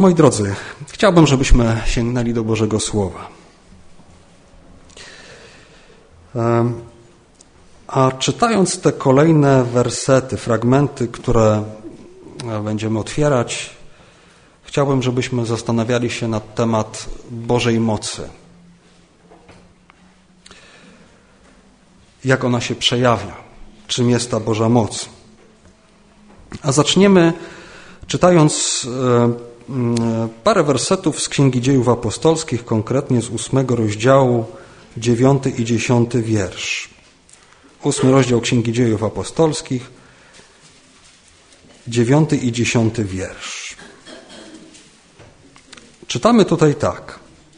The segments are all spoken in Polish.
Moi drodzy, chciałbym, żebyśmy sięgnęli do Bożego Słowa. A czytając te kolejne wersety, fragmenty, które będziemy otwierać, chciałbym, żebyśmy zastanawiali się nad temat Bożej mocy. Jak ona się przejawia? Czym jest ta Boża moc? A zaczniemy czytając parę wersetów z Księgi Dziejów Apostolskich, konkretnie z 8 rozdziału, 9 i 10 wiersz. 8 rozdział Księgi Dziejów Apostolskich, 9 i 10 wiersz. Czytamy tutaj tak.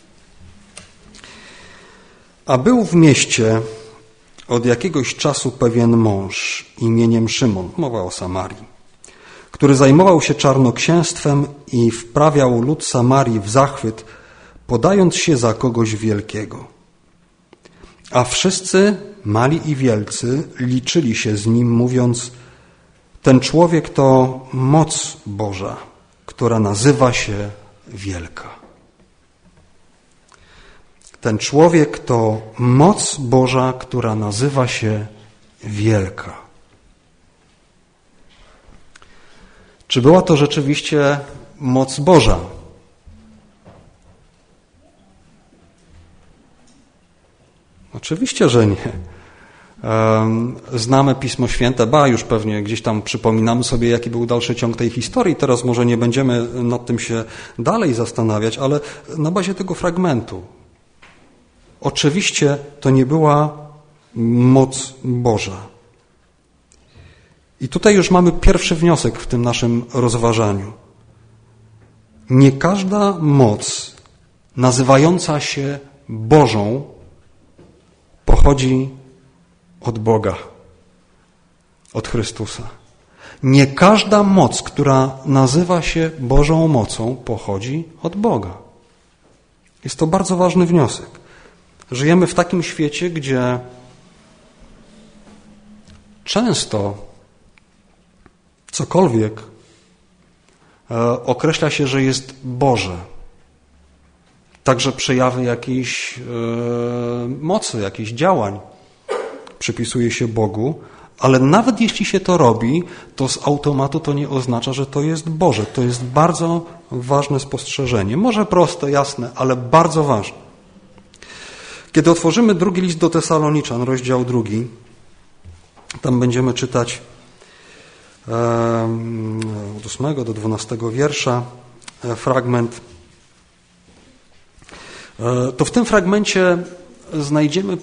A był w mieście od jakiegoś czasu pewien mąż imieniem Szymon, mowa o Samarii, który zajmował się czarnoksięstwem i wprawiał lud Samarii w zachwyt, podając się za kogoś wielkiego. A wszyscy, mali i wielcy, liczyli się z nim, mówiąc: ten człowiek to moc Boża, która nazywa się wielka. Ten człowiek to moc Boża, która nazywa się wielka. Czy była to rzeczywiście moc Boża? Oczywiście, że nie. Znamy Pismo Święte, już pewnie gdzieś tam przypominamy sobie, jaki był dalszy ciąg tej historii. Teraz może nie będziemy nad tym się dalej zastanawiać, ale na bazie tego fragmentu. Oczywiście to nie była moc Boża. I tutaj już mamy pierwszy wniosek w tym naszym rozważaniu. Nie każda moc nazywająca się Bożą pochodzi od Boga, od Chrystusa. Nie każda moc, która nazywa się Bożą mocą, pochodzi od Boga. Jest to bardzo ważny wniosek. Żyjemy w takim świecie, gdzie często cokolwiek określa się, że jest Boże. Także przejawy jakiejś mocy, jakichś działań przypisuje się Bogu, ale nawet jeśli się to robi, to z automatu to nie oznacza, że to jest Boże. To jest bardzo ważne spostrzeżenie. Może proste, jasne, ale bardzo ważne. Kiedy otworzymy drugi list do Tesaloniczan, rozdział 2, tam będziemy czytać od 8 do 12 wiersza fragment. To w tym fragmencie znajdziemy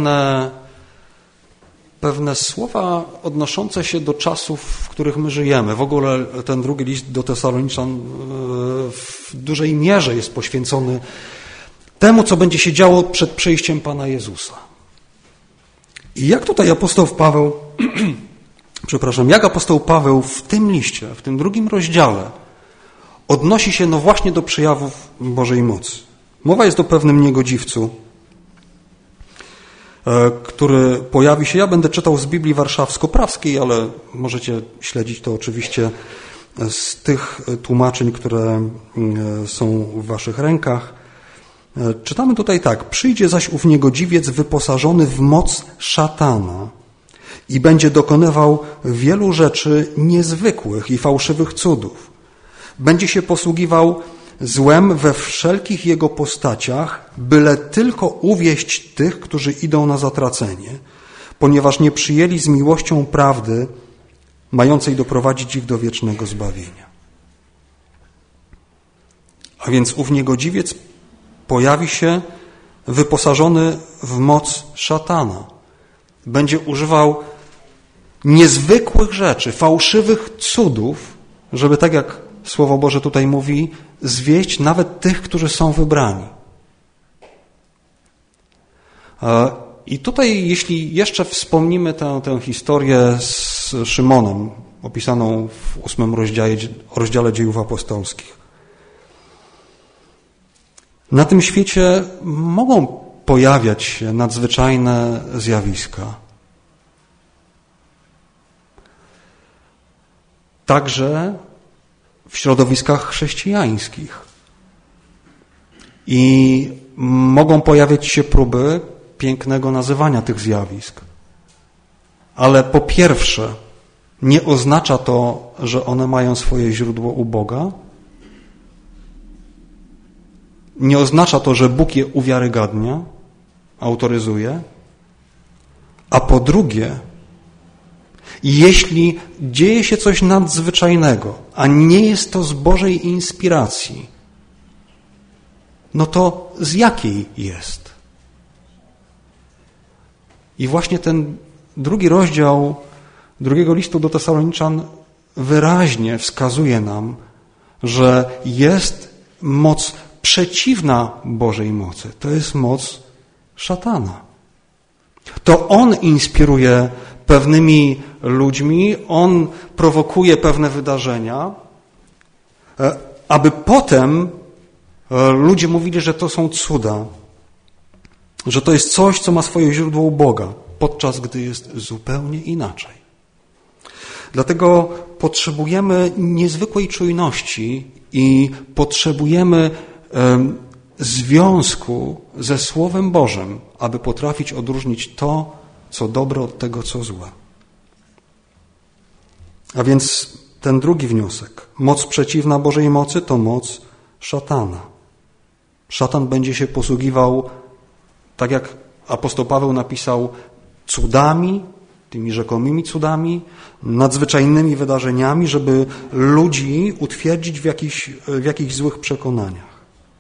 pewne słowa odnoszące się do czasów, w których my żyjemy. W ogóle ten drugi list do Tesaloniczan w dużej mierze jest poświęcony temu, co będzie się działo przed przyjściem Pana Jezusa. I jak tutaj apostoł Paweł jak apostoł Paweł w tym liście, w tym drugim rozdziale odnosi się właśnie do przejawów Bożej mocy. Mowa jest o pewnym niegodziwcu, który pojawi się, ja będę czytał z Biblii Warszawsko-Prawskiej, ale możecie śledzić to oczywiście z tych tłumaczeń, które są w waszych rękach. Czytamy tutaj tak: przyjdzie zaś ów niegodziwiec wyposażony w moc szatana i będzie dokonywał wielu rzeczy niezwykłych i fałszywych cudów. Będzie się posługiwał złem we wszelkich jego postaciach, byle tylko uwieść tych, którzy idą na zatracenie, ponieważ nie przyjęli z miłością prawdy, mającej doprowadzić ich do wiecznego zbawienia. A więc ów niegodziwiec pojawi się wyposażony w moc szatana. Będzie używał niezwykłych rzeczy, fałszywych cudów, żeby, tak jak Słowo Boże tutaj mówi, zwieść nawet tych, którzy są wybrani. I tutaj, jeśli jeszcze wspomnimy tę historię z Szymonem, opisaną w 8 rozdziale Dziejów Apostolskich. Na tym świecie mogą pojawiać się nadzwyczajne zjawiska. Także w środowiskach chrześcijańskich. I mogą pojawiać się próby pięknego nazywania tych zjawisk. Ale po pierwsze, nie oznacza to, że one mają swoje źródło u Boga. Nie oznacza to, że Bóg je uwiarygadnia, autoryzuje. A po drugie, jeśli dzieje się coś nadzwyczajnego, a nie jest to z Bożej inspiracji, no to z jakiej jest? I właśnie ten drugi rozdział drugiego listu do Tesaloniczan wyraźnie wskazuje nam, że jest moc przeciwna Bożej mocy. To jest moc szatana. To on inspiruje pewnymi ludźmi, on prowokuje pewne wydarzenia, aby potem ludzie mówili, że to są cuda, że to jest coś, co ma swoje źródło u Boga, podczas gdy jest zupełnie inaczej. Dlatego potrzebujemy niezwykłej czujności i potrzebujemy związku ze Słowem Bożym, aby potrafić odróżnić to, co dobre, od tego, co złe. A więc ten drugi wniosek. Moc przeciwna Bożej mocy to moc szatana. Szatan będzie się posługiwał, tak jak apostoł Paweł napisał, cudami, tymi rzekomymi cudami, nadzwyczajnymi wydarzeniami, żeby ludzi utwierdzić w jakichś złych przekonaniach.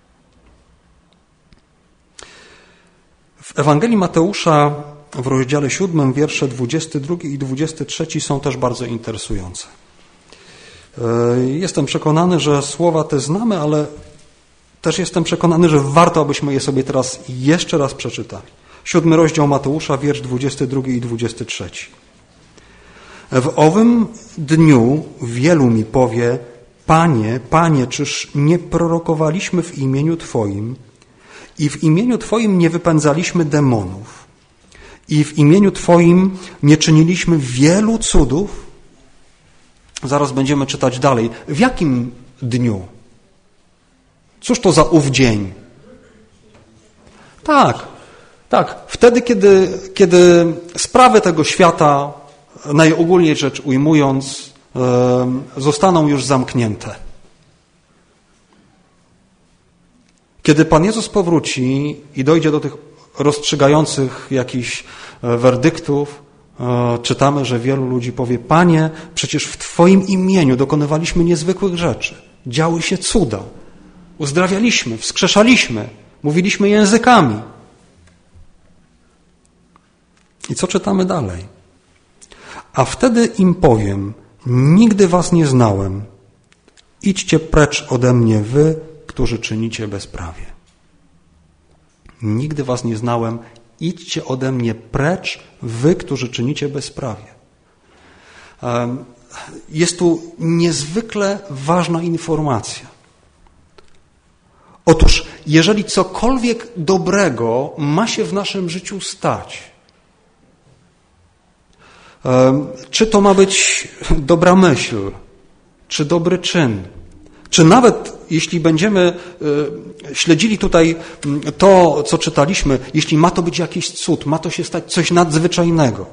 W Ewangelii Mateusza w rozdziale 7, wiersze 22 i 23 są też bardzo interesujące. Jestem przekonany, że słowa te znamy, ale też jestem przekonany, że warto, abyśmy je sobie teraz jeszcze raz przeczytali. 7 rozdział Mateusza, wiersz 22 i 23. W owym dniu wielu mi powie: Panie, Panie, czyż nie prorokowaliśmy w imieniu Twoim i w imieniu Twoim nie wypędzaliśmy demonów i w imieniu Twoim nie czyniliśmy wielu cudów? Zaraz będziemy czytać dalej. W jakim dniu? Cóż to za ów dzień? Tak. Wtedy, kiedy sprawy tego świata, najogólniej rzecz ujmując, zostaną już zamknięte. Kiedy Pan Jezus powróci i dojdzie do tych rozstrzygających jakichś werdyktów, czytamy, że wielu ludzi powie: Panie, przecież w Twoim imieniu dokonywaliśmy niezwykłych rzeczy. Działy się cuda. Uzdrawialiśmy, wskrzeszaliśmy, mówiliśmy językami. I co czytamy dalej? A wtedy im powiem: nigdy was nie znałem. Idźcie precz ode mnie, wy, którzy czynicie bezprawie. Nigdy was nie znałem. Idźcie ode mnie precz, wy, którzy czynicie bezprawie. Jest tu niezwykle ważna informacja. Otóż, jeżeli cokolwiek dobrego ma się w naszym życiu stać, czy to ma być dobra myśl, czy dobry czyn, czy nawet jeśli będziemy śledzili tutaj to, co czytaliśmy, jeśli ma to być jakiś cud, ma to się stać coś nadzwyczajnego.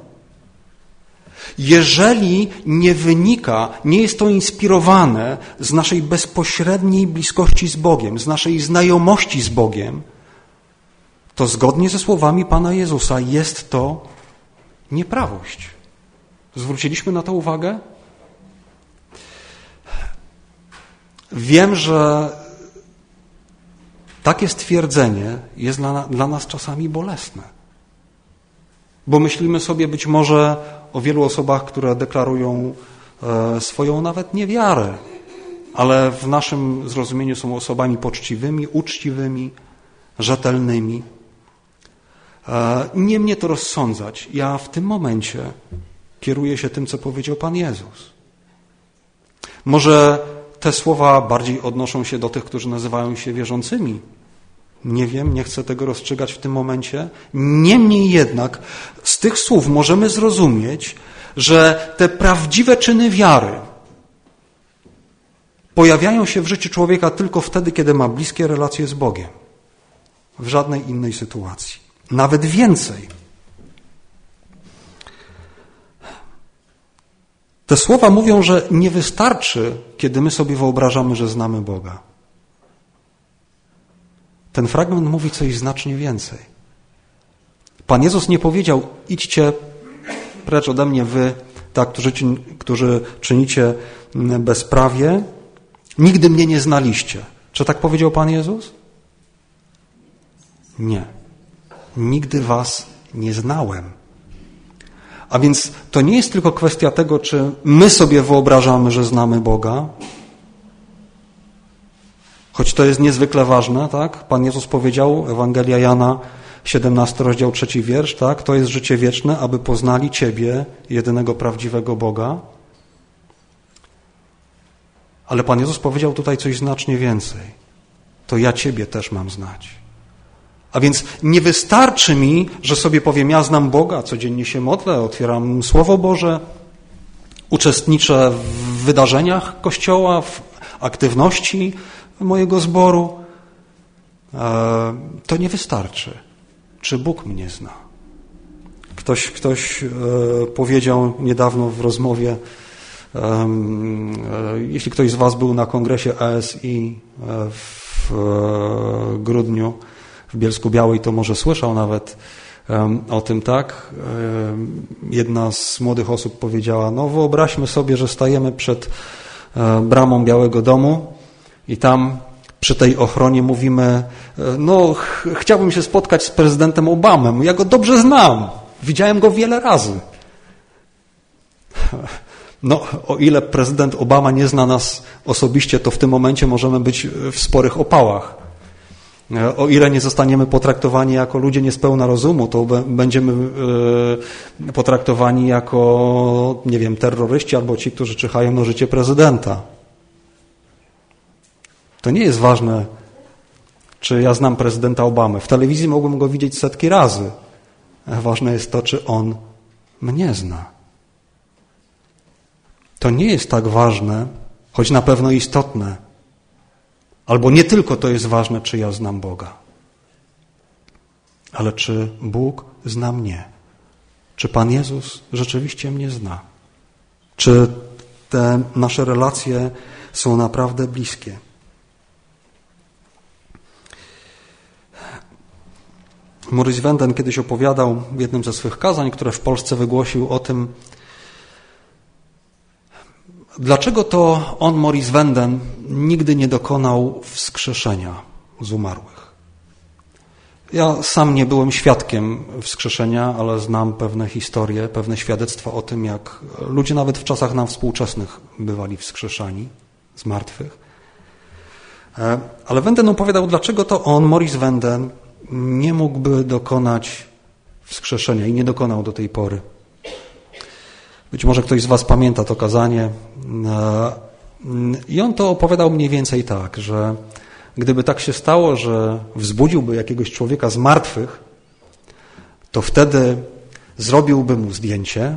Jeżeli nie wynika, nie jest to inspirowane z naszej bezpośredniej bliskości z Bogiem, z naszej znajomości z Bogiem, to zgodnie ze słowami Pana Jezusa jest to nieprawość. Zwróciliśmy na to uwagę? Wiem, że takie stwierdzenie jest dla nas czasami bolesne. Bo myślimy sobie być może o wielu osobach, które deklarują swoją nawet niewiarę, ale w naszym zrozumieniu są osobami poczciwymi, uczciwymi, rzetelnymi. Nie mnie to rozsądzać. Ja w tym momencie kieruję się tym, co powiedział Pan Jezus. Może te słowa bardziej odnoszą się do tych, którzy nazywają się wierzącymi. Nie wiem, nie chcę tego rozstrzygać w tym momencie. Niemniej jednak z tych słów możemy zrozumieć, że te prawdziwe czyny wiary, pojawiają się w życiu człowieka tylko wtedy, kiedy ma bliskie relacje z Bogiem. W żadnej innej sytuacji. Nawet więcej. Te słowa mówią, że nie wystarczy, kiedy my sobie wyobrażamy, że znamy Boga. Ten fragment mówi coś znacznie więcej. Pan Jezus nie powiedział: idźcie precz ode mnie wy, tak, którzy czynicie bezprawie, nigdy mnie nie znaliście. Czy tak powiedział Pan Jezus? Nie. Nigdy was nie znałem. A więc to nie jest tylko kwestia tego, czy my sobie wyobrażamy, że znamy Boga, choć to jest niezwykle ważne, tak? Pan Jezus powiedział, Ewangelia Jana, 17 rozdział 3 wiersz, tak? To jest życie wieczne, aby poznali Ciebie, jedynego prawdziwego Boga. Ale Pan Jezus powiedział tutaj coś znacznie więcej. To ja Ciebie też mam znać. A więc nie wystarczy mi, że sobie powiem, ja znam Boga, codziennie się modlę, otwieram Słowo Boże, uczestniczę w wydarzeniach Kościoła, w aktywności mojego zboru. To nie wystarczy. Czy Bóg mnie zna? Ktoś powiedział niedawno w rozmowie, jeśli ktoś z was był na kongresie ASI w grudniu w Bielsku-Białej, to może słyszał nawet o tym, tak? Jedna z młodych osób powiedziała, no wyobraźmy sobie, że stajemy przed bramą Białego Domu i tam przy tej ochronie mówimy, no chciałbym się spotkać z prezydentem Obamą, ja go dobrze znam, widziałem go wiele razy. No, o ile prezydent Obama nie zna nas osobiście, to w tym momencie możemy być w sporych opałach. O ile nie zostaniemy potraktowani jako ludzie niespełna rozumu, to będziemy potraktowani jako, nie wiem, terroryści albo ci, którzy czyhają na życie prezydenta. To nie jest ważne, czy ja znam prezydenta Obamy. W telewizji mogłem go widzieć setki razy. Ważne jest to, czy on mnie zna. To nie jest tak ważne, choć na pewno istotne. Albo nie tylko to jest ważne, czy ja znam Boga, ale czy Bóg zna mnie. Czy Pan Jezus rzeczywiście mnie zna. Czy te nasze relacje są naprawdę bliskie. Maurice Venden kiedyś opowiadał w jednym ze swych kazań, które w Polsce wygłosił, o tym, dlaczego to on, Maurice Venden, nigdy nie dokonał wskrzeszenia z umarłych. Ja sam nie byłem świadkiem wskrzeszenia, ale znam pewne historie, pewne świadectwa o tym, jak ludzie nawet w czasach nam współczesnych bywali wskrzeszani z martwych. Ale Venden opowiadał, dlaczego to on, Maurice Venden, nie mógłby dokonać wskrzeszenia i nie dokonał do tej pory. Być może ktoś z was pamięta to kazanie. I on to opowiadał mniej więcej tak, że gdyby tak się stało, że wzbudziłby jakiegoś człowieka z martwych, to wtedy zrobiłby mu zdjęcie,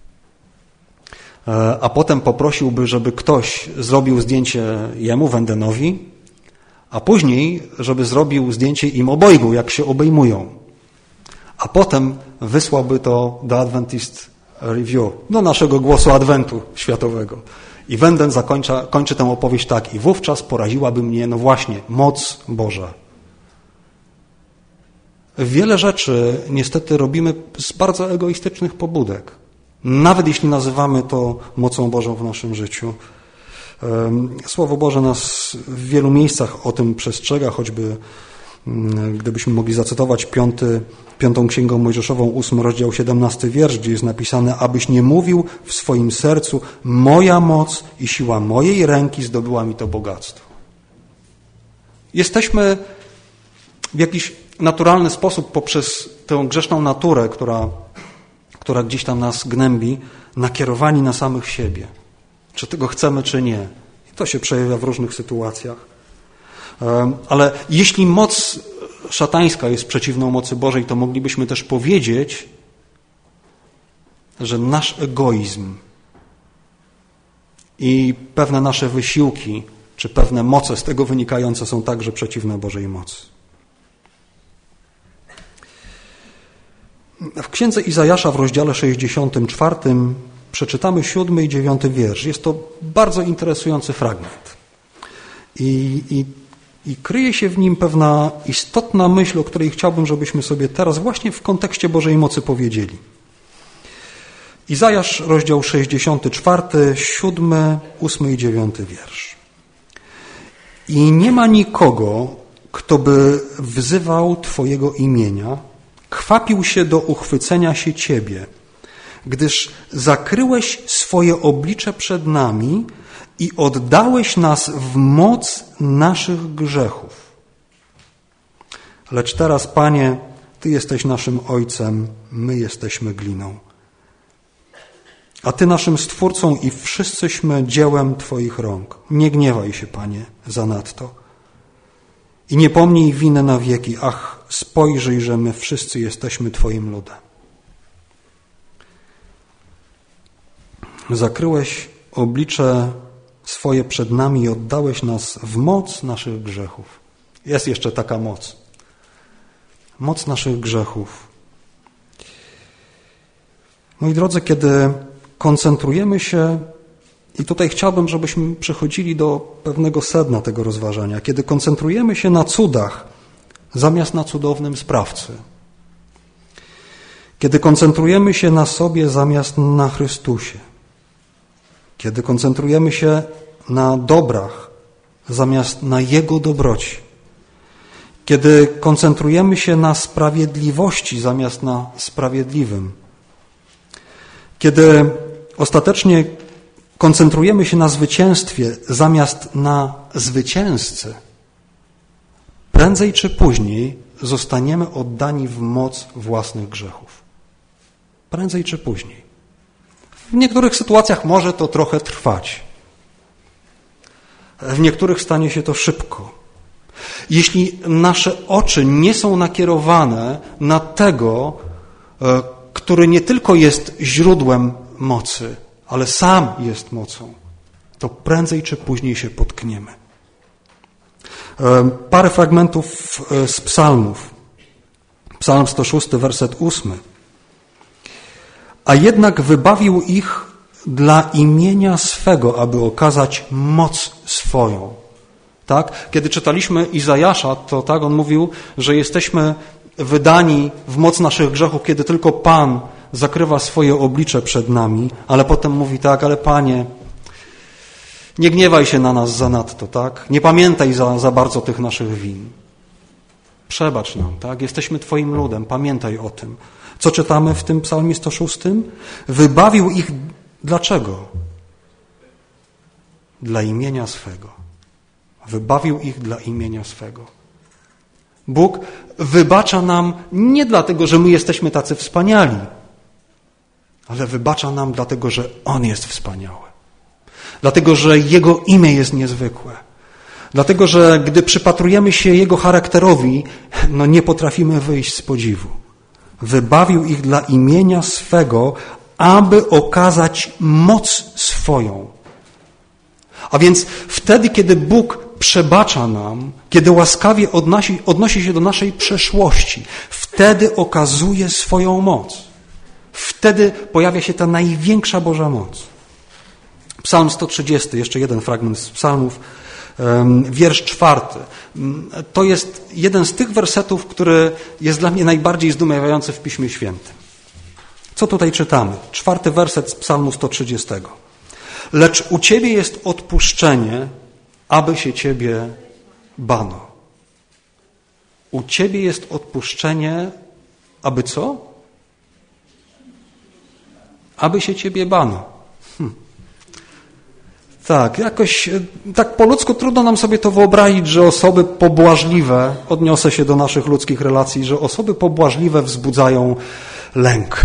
a potem poprosiłby, żeby ktoś zrobił zdjęcie jemu, Vendenowi, a później, żeby zrobił zdjęcie im obojgu, jak się obejmują. A potem wysłałby to do Adventist Review, do naszego głosu Adwentu światowego. I Venden kończy tę opowieść tak. I wówczas poraziłaby mnie, no właśnie, moc Boża. Wiele rzeczy niestety robimy z bardzo egoistycznych pobudek. Nawet jeśli nazywamy to mocą Bożą w naszym życiu. Słowo Boże nas w wielu miejscach o tym przestrzega, choćby gdybyśmy mogli zacytować piątą Księgą Mojżeszową, 8 rozdział 17 wiersz, gdzie jest napisane, abyś nie mówił w swoim sercu, moja moc i siła mojej ręki zdobyła mi to bogactwo. Jesteśmy w jakiś naturalny sposób poprzez tę grzeszną naturę, która gdzieś tam nas gnębi, nakierowani na samych siebie. Czy tego chcemy, czy nie. I to się przejawia w różnych sytuacjach. Ale jeśli moc szatańska jest przeciwną mocy Bożej, to moglibyśmy też powiedzieć, że nasz egoizm i pewne nasze wysiłki czy pewne moce z tego wynikające są także przeciwne Bożej mocy. W księdze Izajasza w rozdziale 64 przeczytamy 7 i 9 wiersz. Jest to bardzo interesujący fragment. I kryje się w nim pewna istotna myśl, o której chciałbym, żebyśmy sobie teraz właśnie w kontekście Bożej mocy powiedzieli. Izajasz, rozdział 64, 7, 8 i 9 wiersz. I nie ma nikogo, kto by wzywał Twojego imienia, kwapił się do uchwycenia się Ciebie, gdyż zakryłeś swoje oblicze przed nami i oddałeś nas w moc naszych grzechów. Lecz teraz, Panie, Ty jesteś naszym Ojcem, my jesteśmy gliną. A Ty naszym Stwórcą i wszyscyśmy dziełem Twoich rąk. Nie gniewaj się, Panie, zanadto. I nie pomnij winy na wieki. Ach, spojrzyj, że my wszyscy jesteśmy Twoim ludem. Zakryłeś oblicze swoje przed nami i oddałeś nas w moc naszych grzechów. Jest jeszcze taka moc. Moc naszych grzechów. Moi drodzy, kiedy koncentrujemy się, i tutaj chciałbym, żebyśmy przechodzili do pewnego sedna tego rozważania, kiedy koncentrujemy się na cudach zamiast na cudownym sprawcy, kiedy koncentrujemy się na sobie zamiast na Chrystusie, kiedy koncentrujemy się na dobrach zamiast na Jego dobroci, kiedy koncentrujemy się na sprawiedliwości zamiast na sprawiedliwym, kiedy ostatecznie koncentrujemy się na zwycięstwie zamiast na zwycięzcy, prędzej czy później zostaniemy oddani w moc własnych grzechów. Prędzej czy później. W niektórych sytuacjach może to trochę trwać. W niektórych stanie się to szybko. Jeśli nasze oczy nie są nakierowane na tego, który nie tylko jest źródłem mocy, ale sam jest mocą, to prędzej czy później się potkniemy. Parę fragmentów z psalmów. Psalm 106, werset 8. A jednak wybawił ich dla imienia swego, aby okazać moc swoją. Tak? Kiedy czytaliśmy Izajasza, to tak on mówił, że jesteśmy wydani w moc naszych grzechów, kiedy tylko Pan zakrywa swoje oblicze przed nami, ale potem mówi tak, ale Panie, nie gniewaj się na nas zanadto, tak? Nie pamiętaj za bardzo tych naszych win. Przebacz nam, tak? Jesteśmy Twoim ludem, pamiętaj o tym. Co czytamy w tym psalmie 106? Wybawił ich dlaczego? Dla imienia swego. Wybawił ich dla imienia swego. Bóg wybacza nam nie dlatego, że my jesteśmy tacy wspaniali, ale wybacza nam dlatego, że On jest wspaniały. Dlatego, że Jego imię jest niezwykłe. Dlatego, że gdy przypatrujemy się Jego charakterowi, nie potrafimy wyjść z podziwu. Wybawił ich dla imienia swego, aby okazać moc swoją. A więc wtedy, kiedy Bóg przebacza nam, kiedy łaskawie odnosi się do naszej przeszłości, wtedy okazuje swoją moc. Wtedy pojawia się ta największa Boża moc. Psalm 130, jeszcze jeden fragment z psalmów, wiersz 4. To jest jeden z tych wersetów, który jest dla mnie najbardziej zdumiewający w Piśmie Świętym. Co tutaj czytamy? 4. werset z psalmu 130. Lecz u Ciebie jest odpuszczenie, aby się Ciebie bano. U Ciebie jest odpuszczenie, aby co? Aby się Ciebie bano. Tak, jakoś tak po ludzku trudno nam sobie to wyobrazić, że osoby pobłażliwe, odniosę się do naszych ludzkich relacji, że osoby pobłażliwe wzbudzają lęk.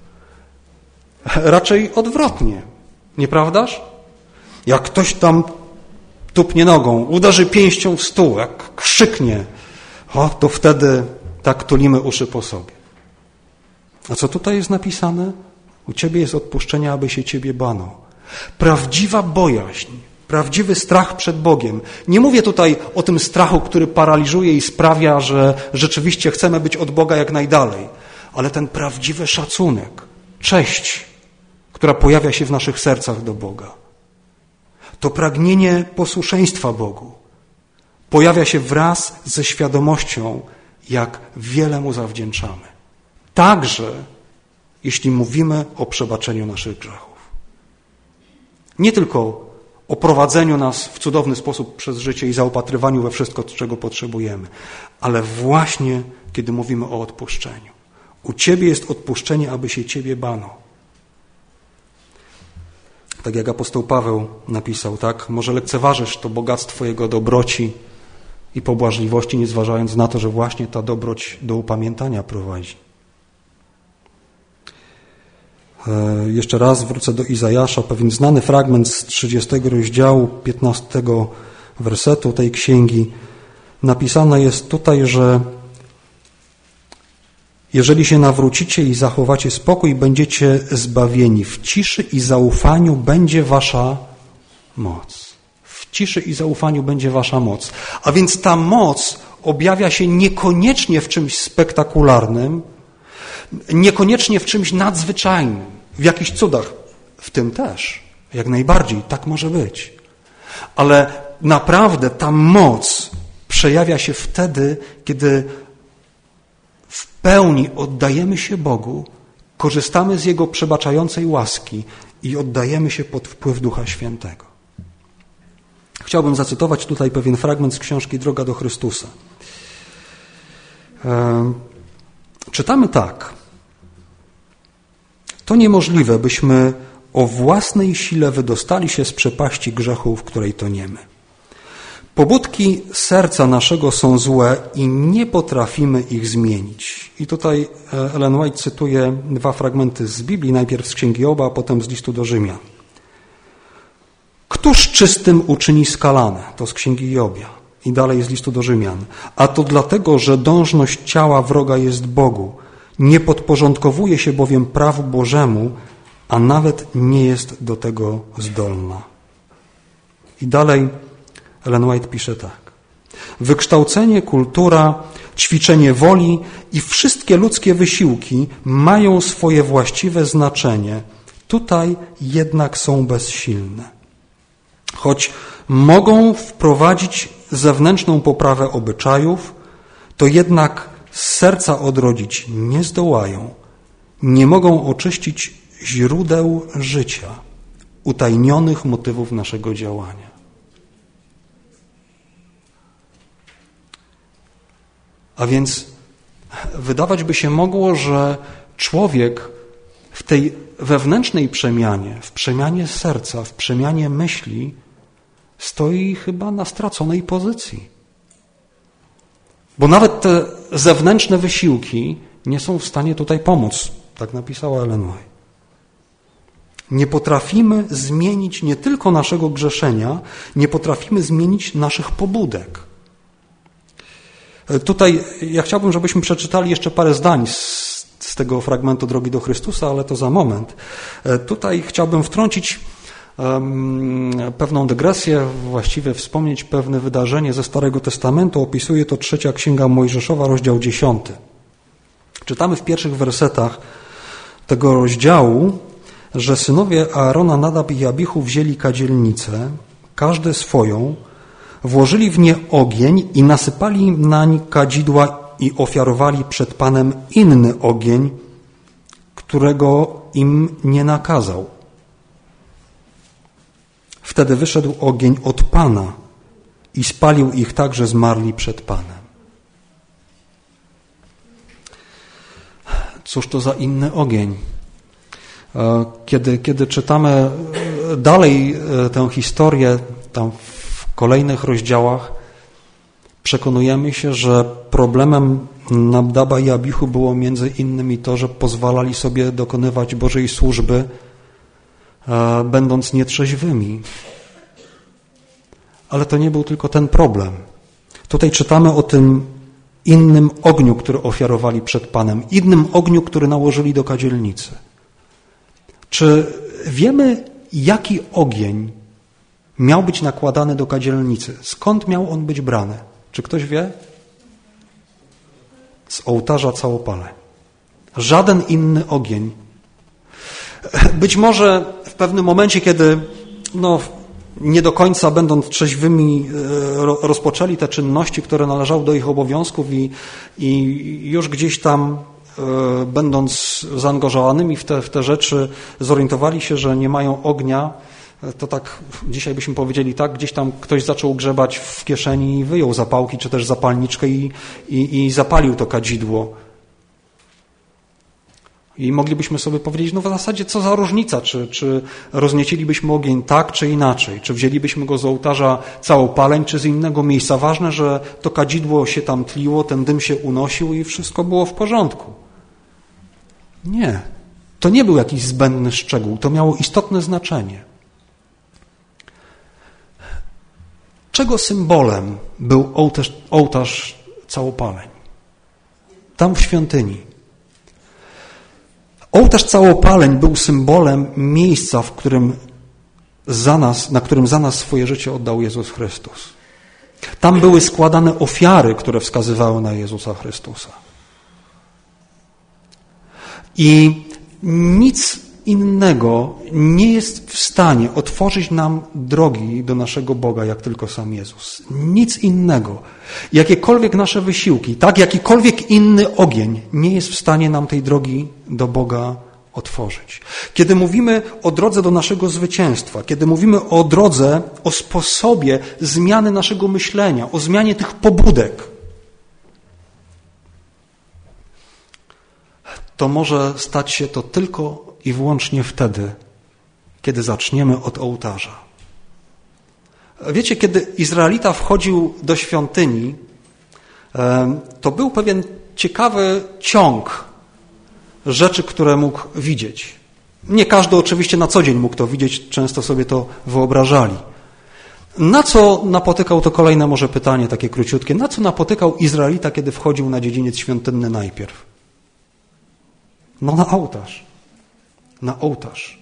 Raczej odwrotnie, nieprawdaż? Jak ktoś tam tupnie nogą, uderzy pięścią w stół, jak krzyknie, to wtedy tak tulimy uszy po sobie. A co tutaj jest napisane? U Ciebie jest odpuszczenie, aby się Ciebie bano. Prawdziwa bojaźń Prawdziwy strach przed Bogiem. Nie mówię tutaj o tym strachu, który paraliżuje i sprawia, że rzeczywiście chcemy być od Boga jak najdalej, ale ten prawdziwy szacunek, cześć, która pojawia się w naszych sercach do Boga. To pragnienie posłuszeństwa Bogu pojawia się wraz ze świadomością, jak wiele Mu zawdzięczamy. Także jeśli mówimy o przebaczeniu naszych grzechów. Nie tylko o prowadzeniu nas w cudowny sposób przez życie i zaopatrywaniu we wszystko, czego potrzebujemy, ale właśnie kiedy mówimy o odpuszczeniu. U Ciebie jest odpuszczenie, aby się Ciebie bano. Tak jak apostoł Paweł napisał, tak? Może lekceważysz to bogactwo Jego dobroci i pobłażliwości, nie zważając na to, że właśnie ta dobroć do upamiętania prowadzi. Jeszcze raz wrócę do Izajasza, pewien znany fragment z 30 rozdziału, 15 wersetu tej księgi. Napisane jest tutaj, że jeżeli się nawrócicie i zachowacie spokój, będziecie zbawieni. W ciszy i zaufaniu będzie wasza moc. W ciszy i zaufaniu będzie wasza moc. A więc ta moc objawia się niekoniecznie w czymś spektakularnym, niekoniecznie w czymś nadzwyczajnym, w jakichś cudach. W tym też, jak najbardziej, tak może być. Ale naprawdę ta moc przejawia się wtedy, kiedy w pełni oddajemy się Bogu, korzystamy z Jego przebaczającej łaski i oddajemy się pod wpływ Ducha Świętego. Chciałbym zacytować tutaj pewien fragment z książki Droga do Chrystusa. Czytamy tak. To niemożliwe, byśmy o własnej sile wydostali się z przepaści grzechu, w której toniemy. Pobudki serca naszego są złe i nie potrafimy ich zmienić. I tutaj Ellen White cytuje dwa fragmenty z Biblii, najpierw z Księgi Joba, a potem z listu do Rzymian. Któż czystym uczyni skalane? To z Księgi Jobia. I dalej z listu do Rzymian. A to dlatego, że dążność ciała wroga jest Bogu. Nie podporządkowuje się bowiem prawu Bożemu, a nawet nie jest do tego zdolna. I dalej Ellen White pisze tak. Wykształcenie, kultura, ćwiczenie woli i wszystkie ludzkie wysiłki mają swoje właściwe znaczenie. Tutaj jednak są bezsilne. Choć mogą wprowadzić zewnętrzną poprawę obyczajów, to jednak z serca odrodzić nie zdołają. Nie mogą oczyścić źródeł życia, utajnionych motywów naszego działania. A więc wydawać by się mogło, że człowiek w tej wewnętrznej przemianie, w przemianie serca, w przemianie myśli stoi chyba na straconej pozycji. Bo nawet te zewnętrzne wysiłki nie są w stanie tutaj pomóc. Tak napisała Ellen White. Nie potrafimy zmienić nie tylko naszego grzeszenia, nie potrafimy zmienić naszych pobudek. Tutaj ja chciałbym, żebyśmy przeczytali jeszcze parę zdań z tego fragmentu Drogi do Chrystusa, ale to za moment. Tutaj chciałbym wtrącić pewną dygresję, właściwie wspomnieć pewne wydarzenie ze Starego Testamentu. Opisuje to 3 Księga Mojżeszowa, rozdział 10. Czytamy w pierwszych wersetach tego rozdziału, że synowie Aarona, Nadab i Abichu wzięli kadzielnicę, każdy swoją, włożyli w nie ogień i nasypali nań kadzidła i ofiarowali przed Panem inny ogień, którego im nie nakazał. Wtedy wyszedł ogień od Pana i spalił ich tak, że zmarli przed Panem. Cóż to za inny ogień? Kiedy czytamy dalej tę historię, tam w kolejnych rozdziałach, przekonujemy się, że problemem Nadaba i Abichu było między innymi to, że pozwalali sobie dokonywać Bożej służby, będąc nietrzeźwymi. Ale to nie był tylko ten problem. Tutaj czytamy o tym innym ogniu, który ofiarowali przed Panem, innym ogniu, który nałożyli do kadzielnicy. Czy wiemy, jaki ogień miał być nakładany do kadzielnicy. Skąd miał on być brany? Czy ktoś wie? Z ołtarza całopaleń. Żaden inny ogień. Być może w pewnym momencie, kiedy nie do końca będąc trzeźwymi rozpoczęli te czynności, które należały do ich obowiązków i już gdzieś tam będąc zaangażowanymi w te rzeczy zorientowali się, że nie mają ognia, to tak dzisiaj byśmy powiedzieli tak, gdzieś tam ktoś zaczął grzebać w kieszeni i wyjął zapałki czy też zapalniczkę i zapalił to kadzidło. I moglibyśmy sobie powiedzieć, w zasadzie co za różnica, czy rozniecilibyśmy ogień tak, czy inaczej, czy wzięlibyśmy go z ołtarza całopaleń, czy z innego miejsca. Ważne, że to kadzidło się tam tliło, ten dym się unosił i wszystko było w porządku. Nie, to nie był jakiś zbędny szczegół, to miało istotne znaczenie. Czego symbolem był ołtarz całopaleń? Tam w świątyni. Ołtarz całopaleń był symbolem miejsca, na którym za nas swoje życie oddał Jezus Chrystus. Tam były składane ofiary, które wskazywały na Jezusa Chrystusa. I nic innego nie jest w stanie otworzyć nam drogi do naszego Boga, jak tylko sam Jezus. Nic innego. Jakiekolwiek nasze wysiłki, jakikolwiek inny ogień nie jest w stanie nam tej drogi do Boga otworzyć. Kiedy mówimy o drodze do naszego zwycięstwa, kiedy mówimy o drodze, o sposobie zmiany naszego myślenia, o zmianie tych pobudek, to może stać się to tylko i wyłącznie wtedy, kiedy zaczniemy od ołtarza. Wiecie, kiedy Izraelita wchodził do świątyni, to był pewien ciekawy ciąg rzeczy, które mógł widzieć. Nie każdy oczywiście na co dzień mógł to widzieć, często sobie to wyobrażali. Na co napotykał, to kolejne może pytanie takie króciutkie, na co napotykał Izraelita, kiedy wchodził na dziedziniec świątynny najpierw? Na ołtarz. Na ołtarz.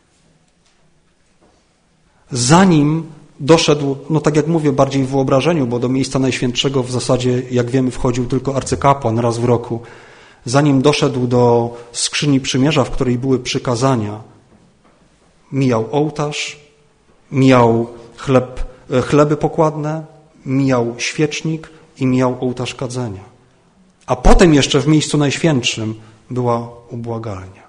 Zanim doszedł, tak jak mówię, bardziej w wyobrażeniu, bo do miejsca najświętszego w zasadzie, jak wiemy, wchodził tylko arcykapłan raz w roku. Zanim doszedł do skrzyni przymierza, w której były przykazania, mijał ołtarz, mijał chleby pokładne, mijał świecznik i mijał ołtarz kadzenia. A potem jeszcze w miejscu najświętszym była ubłagalnia.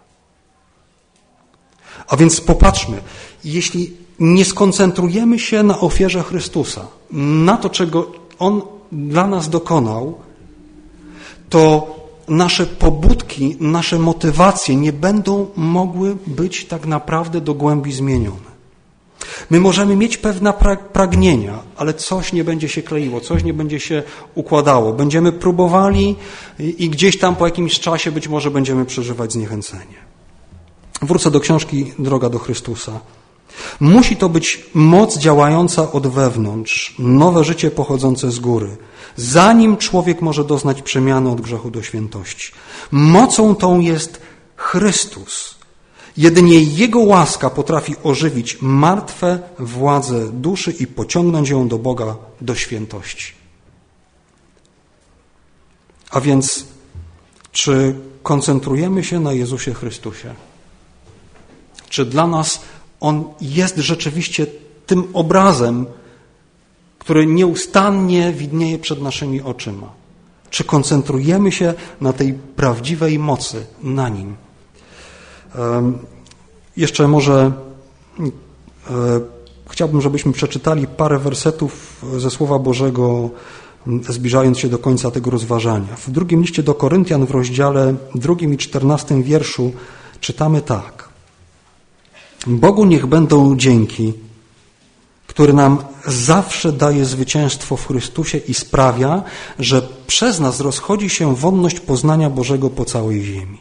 A więc popatrzmy, jeśli nie skoncentrujemy się na ofierze Chrystusa, na to, czego On dla nas dokonał, to nasze pobudki, nasze motywacje nie będą mogły być tak naprawdę do głębi zmienione. My możemy mieć pewne pragnienia, ale coś nie będzie się kleiło, coś nie będzie się układało. Będziemy próbowali i gdzieś tam po jakimś czasie być może będziemy przeżywać zniechęcenie. Wrócę do książki Droga do Chrystusa. Musi to być moc działająca od wewnątrz, nowe życie pochodzące z góry, zanim człowiek może doznać przemiany od grzechu do świętości. Mocą tą jest Chrystus. Jedynie Jego łaska potrafi ożywić martwe władze duszy i pociągnąć ją do Boga, do świętości. A więc, czy koncentrujemy się na Jezusie Chrystusie? Czy dla nas On jest rzeczywiście tym obrazem, który nieustannie widnieje przed naszymi oczyma? Czy koncentrujemy się na tej prawdziwej mocy, na Nim? Jeszcze może chciałbym, żebyśmy przeczytali parę wersetów ze Słowa Bożego, zbliżając się do końca tego rozważania. W drugim liście do Koryntian w rozdziale 2 i 14 wierszu czytamy tak. Bogu niech będą dzięki, który nam zawsze daje zwycięstwo w Chrystusie i sprawia, że przez nas rozchodzi się wonność poznania Bożego po całej ziemi.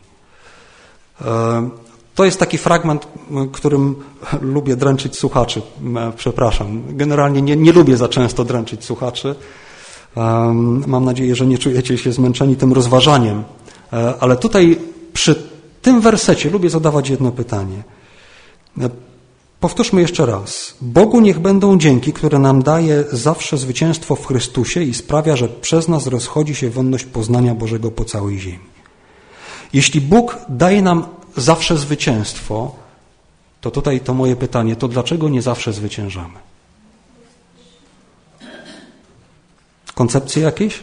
To jest taki fragment, którym lubię dręczyć słuchaczy. Przepraszam. Generalnie nie lubię za często dręczyć słuchaczy. Mam nadzieję, że nie czujecie się zmęczeni tym rozważaniem. Ale tutaj przy tym wersecie lubię zadawać jedno pytanie. Powtórzmy jeszcze raz. Bogu niech będą dzięki, które nam daje zawsze zwycięstwo w Chrystusie i sprawia, że przez nas rozchodzi się wonność poznania Bożego po całej ziemi. Jeśli Bóg daje nam zawsze zwycięstwo, to tutaj to moje pytanie, to dlaczego nie zawsze zwyciężamy? Koncepcje jakieś?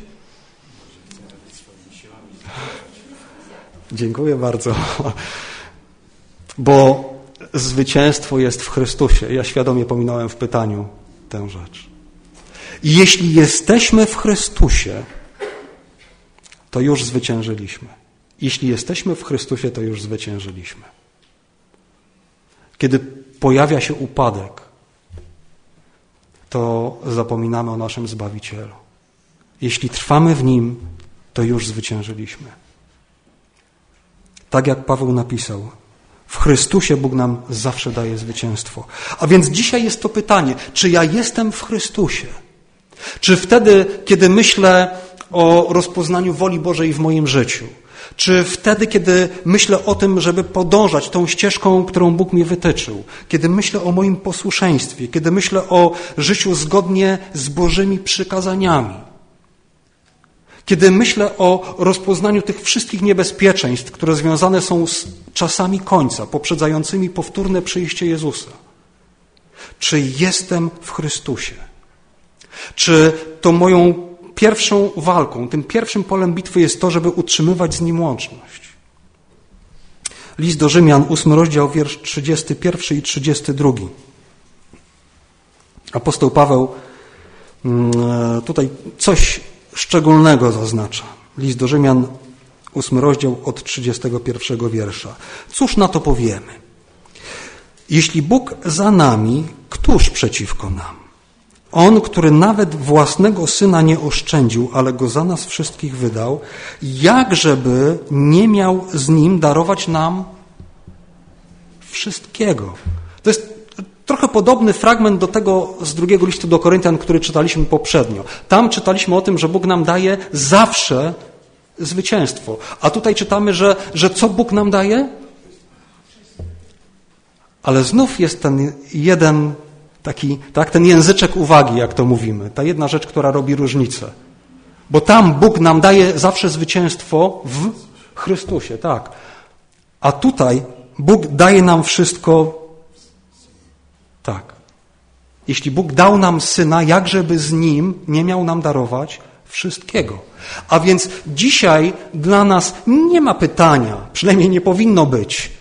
Dziękuję bardzo. Bo zwycięstwo jest w Chrystusie. Ja świadomie pominąłem w pytaniu tę rzecz. I jeśli jesteśmy w Chrystusie, to już zwyciężyliśmy. Jeśli jesteśmy w Chrystusie, to już zwyciężyliśmy. Kiedy pojawia się upadek, to zapominamy o naszym Zbawicielu. Jeśli trwamy w Nim, to już zwyciężyliśmy. Tak jak Paweł napisał, w Chrystusie Bóg nam zawsze daje zwycięstwo. A więc dzisiaj jest to pytanie, czy ja jestem w Chrystusie? Czy wtedy, kiedy myślę o rozpoznaniu woli Bożej w moim życiu? Czy wtedy, kiedy myślę o tym, żeby podążać tą ścieżką, którą Bóg mi wytyczył? Kiedy myślę o moim posłuszeństwie? Kiedy myślę o życiu zgodnie z Bożymi przykazaniami? Kiedy myślę o rozpoznaniu tych wszystkich niebezpieczeństw, które związane są z czasami końca, poprzedzającymi powtórne przyjście Jezusa. Czy jestem w Chrystusie? Czy to moją pierwszą walką, tym pierwszym polem bitwy jest to, żeby utrzymywać z Nim łączność? List do Rzymian, 8 rozdział, wiersz 31 i 32. Apostoł Paweł tutaj coś szczególnego zaznacza. List do Rzymian, 8 rozdział od 31 wiersza. Cóż na to powiemy? Jeśli Bóg za nami, któż przeciwko nam? On, który nawet własnego Syna nie oszczędził, ale Go za nas wszystkich wydał, jakżeby nie miał z Nim darować nam wszystkiego. To jest trochę podobny fragment do tego z drugiego listu do Koryntian, który czytaliśmy poprzednio. Tam czytaliśmy o tym, że Bóg nam daje zawsze zwycięstwo. A tutaj czytamy, że co Bóg nam daje? Ale znów jest ten jeden taki, tak, ten języczek uwagi, jak to mówimy. Ta jedna rzecz, która robi różnicę. Bo tam Bóg nam daje zawsze zwycięstwo w Chrystusie, tak. A tutaj Bóg daje nam wszystko tak. Jeśli Bóg dał nam Syna, jakżeby z Nim nie miał nam darować wszystkiego. A więc dzisiaj dla nas nie ma pytania, przynajmniej nie powinno być,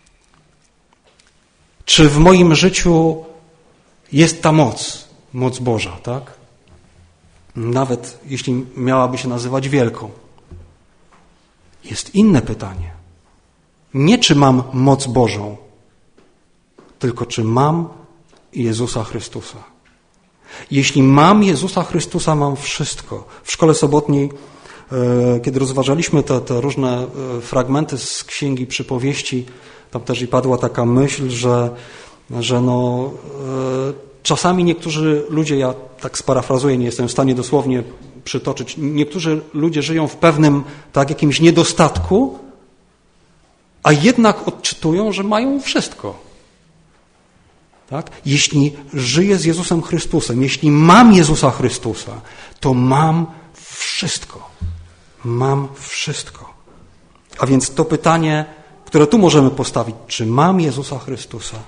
czy w moim życiu jest ta moc Boża, tak? Nawet jeśli miałaby się nazywać wielką. Jest inne pytanie. Nie czy mam moc Bożą, tylko czy mam Jezusa Chrystusa. Jeśli mam Jezusa Chrystusa, mam wszystko. W szkole sobotniej, kiedy rozważaliśmy te różne fragmenty z Księgi Przypowieści, tam też i padła taka myśl, że czasami niektórzy ludzie, ja tak sparafrazuję, nie jestem w stanie dosłownie przytoczyć, niektórzy ludzie żyją w pewnym jakimś niedostatku, a jednak odczytują, że mają wszystko. Tak? Jeśli żyję z Jezusem Chrystusem, jeśli mam Jezusa Chrystusa, to mam wszystko. Mam wszystko. A więc to pytanie, które tu możemy postawić, czy mam Jezusa Chrystusa?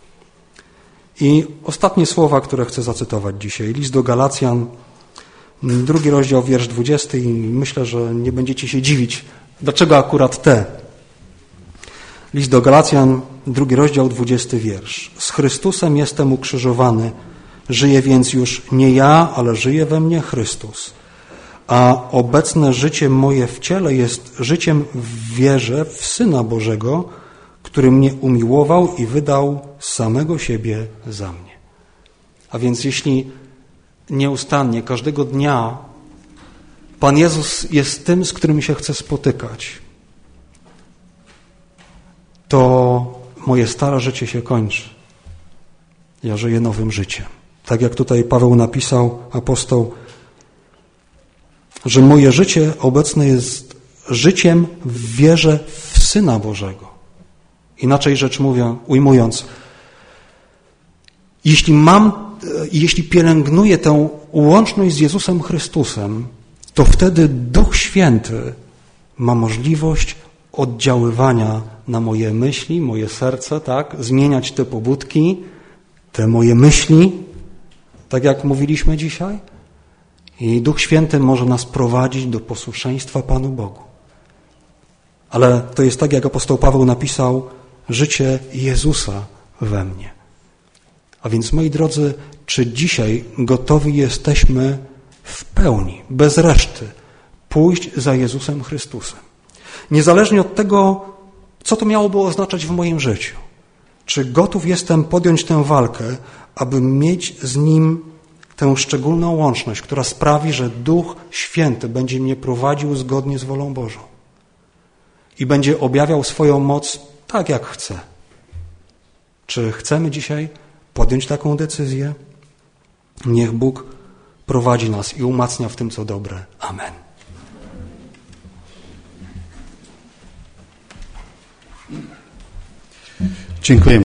I ostatnie słowa, które chcę zacytować dzisiaj. List do Galacjan, 2 rozdział, wiersz 20 i myślę, że nie będziecie się dziwić, dlaczego akurat te. List do Galacjan, 2 rozdział, 20 wiersz. Z Chrystusem jestem ukrzyżowany, żyję więc już nie ja, ale żyje we mnie Chrystus. A obecne życie moje w ciele jest życiem w wierze w Syna Bożego, który mnie umiłował i wydał samego siebie za mnie. A więc jeśli nieustannie, każdego dnia Pan Jezus jest tym, z którym się chcę spotykać, to moje stare życie się kończy. Ja żyję nowym życiem. Tak jak tutaj Paweł napisał, apostoł, że moje życie obecne jest życiem w wierze w Syna Bożego. Inaczej rzecz ujmując, Jeśli pielęgnuję tę łączność z Jezusem Chrystusem, to wtedy Duch Święty ma możliwość oddziaływania na moje myśli, moje serce, tak? Zmieniać te pobudki, te moje myśli, tak jak mówiliśmy dzisiaj. I Duch Święty może nas prowadzić do posłuszeństwa Panu Bogu. Ale to jest tak, jak apostoł Paweł napisał, życie Jezusa we mnie. A więc, moi drodzy, czy dzisiaj gotowi jesteśmy w pełni, bez reszty, pójść za Jezusem Chrystusem? Niezależnie od tego, co to miałoby oznaczać w moim życiu. Czy gotów jestem podjąć tę walkę, aby mieć z Nim tę szczególną łączność, która sprawi, że Duch Święty będzie mnie prowadził zgodnie z wolą Bożą i będzie objawiał swoją moc tak, jak chce. Czy chcemy dzisiaj podjąć taką decyzję? Niech Bóg prowadzi nas i umacnia w tym, co dobre. Amen. Dziękuję.